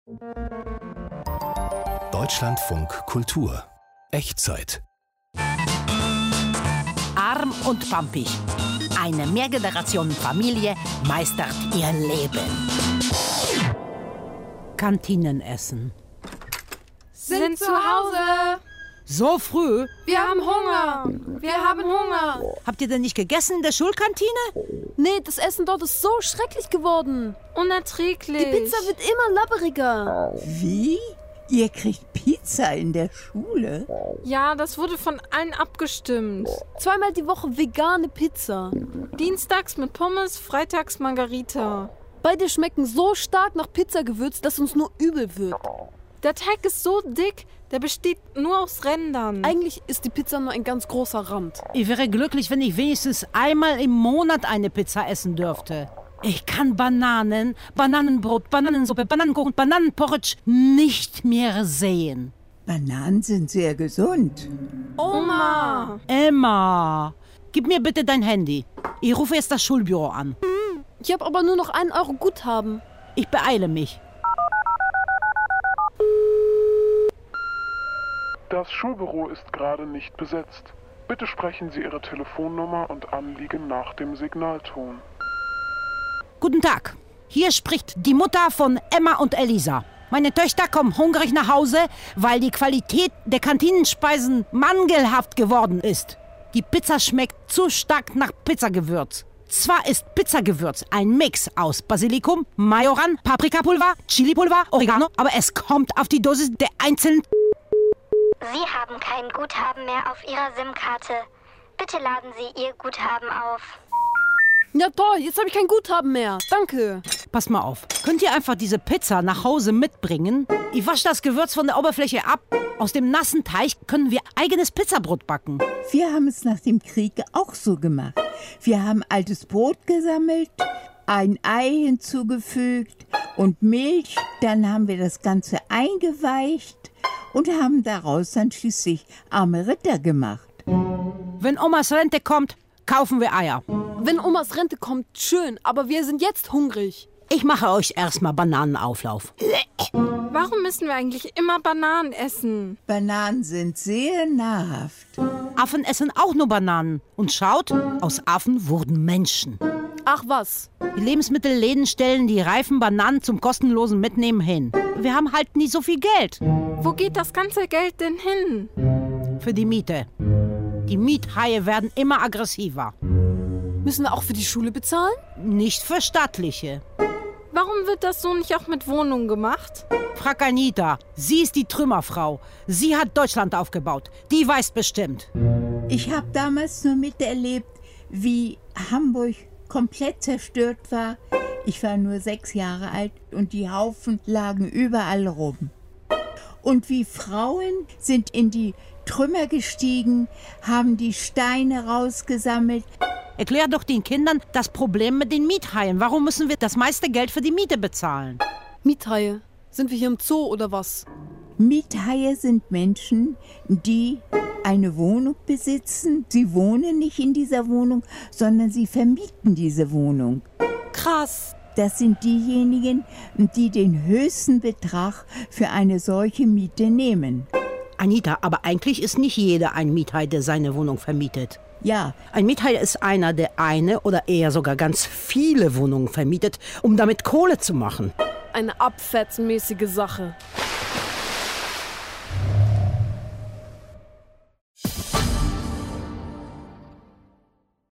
Deutschlandfunk Kultur. Echtzeit. Arm und pampig. Eine Mehrgenerationenfamilie meistert ihr Leben. Kantinenessen. Sind zu Hause. So früh? Wir haben Hunger. Wir haben Hunger. Habt ihr denn nicht gegessen in der Schulkantine? Nee, das Essen dort ist so schrecklich geworden. Unerträglich. Die Pizza wird immer labberiger. Wie? Ihr kriegt Pizza in der Schule? Ja, das wurde von allen abgestimmt. 2-mal die Woche vegane Pizza. Dienstags mit Pommes, freitags Margarita. Beide schmecken so stark nach Pizzagewürz, dass uns nur übel wird. Der Teig ist so dick, der besteht nur aus Rändern. Eigentlich ist die Pizza nur ein ganz großer Rand. Ich wäre glücklich, wenn ich wenigstens einmal im Monat eine Pizza essen dürfte. Ich kann Bananen, Bananenbrot, Bananensuppe, Bananenkuchen, Bananenporridge nicht mehr sehen. Bananen sind sehr gesund. Oma! Emma, gib mir bitte dein Handy. Ich rufe jetzt das Schulbüro an. Ich habe aber nur noch 1 Euro Guthaben. Ich beeile mich. Das Schulbüro ist gerade nicht besetzt. Bitte sprechen Sie Ihre Telefonnummer und Anliegen nach dem Signalton. Guten Tag. Hier spricht die Mutter von Emma und Elisa. Meine Töchter kommen hungrig nach Hause, weil die Qualität der Kantinenspeisen mangelhaft geworden ist. Die Pizza schmeckt zu stark nach Pizzagewürz. Zwar ist Pizzagewürz ein Mix aus Basilikum, Majoran, Paprikapulver, Chilipulver, Oregano, aber es kommt auf die Dosis der einzelnen... Sie haben kein Guthaben mehr auf Ihrer SIM-Karte. Bitte laden Sie Ihr Guthaben auf. Ja toll, jetzt habe ich kein Guthaben mehr. Danke. Pass mal auf. Könnt ihr einfach diese Pizza nach Hause mitbringen? Ich wasche das Gewürz von der Oberfläche ab. Aus dem nassen Teig können wir eigenes Pizzabrot backen. Wir haben es nach dem Krieg auch so gemacht. Wir haben altes Brot gesammelt, ein Ei hinzugefügt und Milch. Dann haben wir das Ganze eingeweicht und haben daraus dann schließlich arme Ritter gemacht. Wenn Omas Rente kommt, kaufen wir Eier. Wenn Omas Rente kommt, schön, aber wir sind jetzt hungrig. Ich mache euch erstmal Bananenauflauf. Warum müssen wir eigentlich immer Bananen essen? Bananen sind sehr nahrhaft. Affen essen auch nur Bananen. Und schaut, aus Affen wurden Menschen. Ach was. Die Lebensmittelläden stellen die reifen Bananen zum kostenlosen Mitnehmen hin. Wir haben halt nie so viel Geld. Wo geht das ganze Geld denn hin? Für die Miete. Die Miethaie werden immer aggressiver. Müssen wir auch für die Schule bezahlen? Nicht für staatliche. Warum wird das so nicht auch mit Wohnungen gemacht? Frag Anita. Sie ist die Trümmerfrau. Sie hat Deutschland aufgebaut. Die weiß bestimmt. Ich habe damals nur miterlebt, wie Hamburg komplett zerstört war. Ich war nur 6 Jahre alt und die Haufen lagen überall rum. Und wie Frauen sind in die Trümmer gestiegen, haben die Steine rausgesammelt. Erklär doch den Kindern das Problem mit den Miethaien. Warum müssen wir das meiste Geld für die Miete bezahlen? Miethaie. Sind wir hier im Zoo oder was? Miethaie sind Menschen, die eine Wohnung besitzen. Sie wohnen nicht in dieser Wohnung, sondern sie vermieten diese Wohnung. Krass. Das sind diejenigen, die den höchsten Betrag für eine solche Miete nehmen. Anita, aber eigentlich ist nicht jeder ein Miethai, der seine Wohnung vermietet. Ja. Ein Miethai ist einer, der eine oder eher sogar ganz viele Wohnungen vermietet, um damit Kohle zu machen. Eine abfetzmäßige Sache.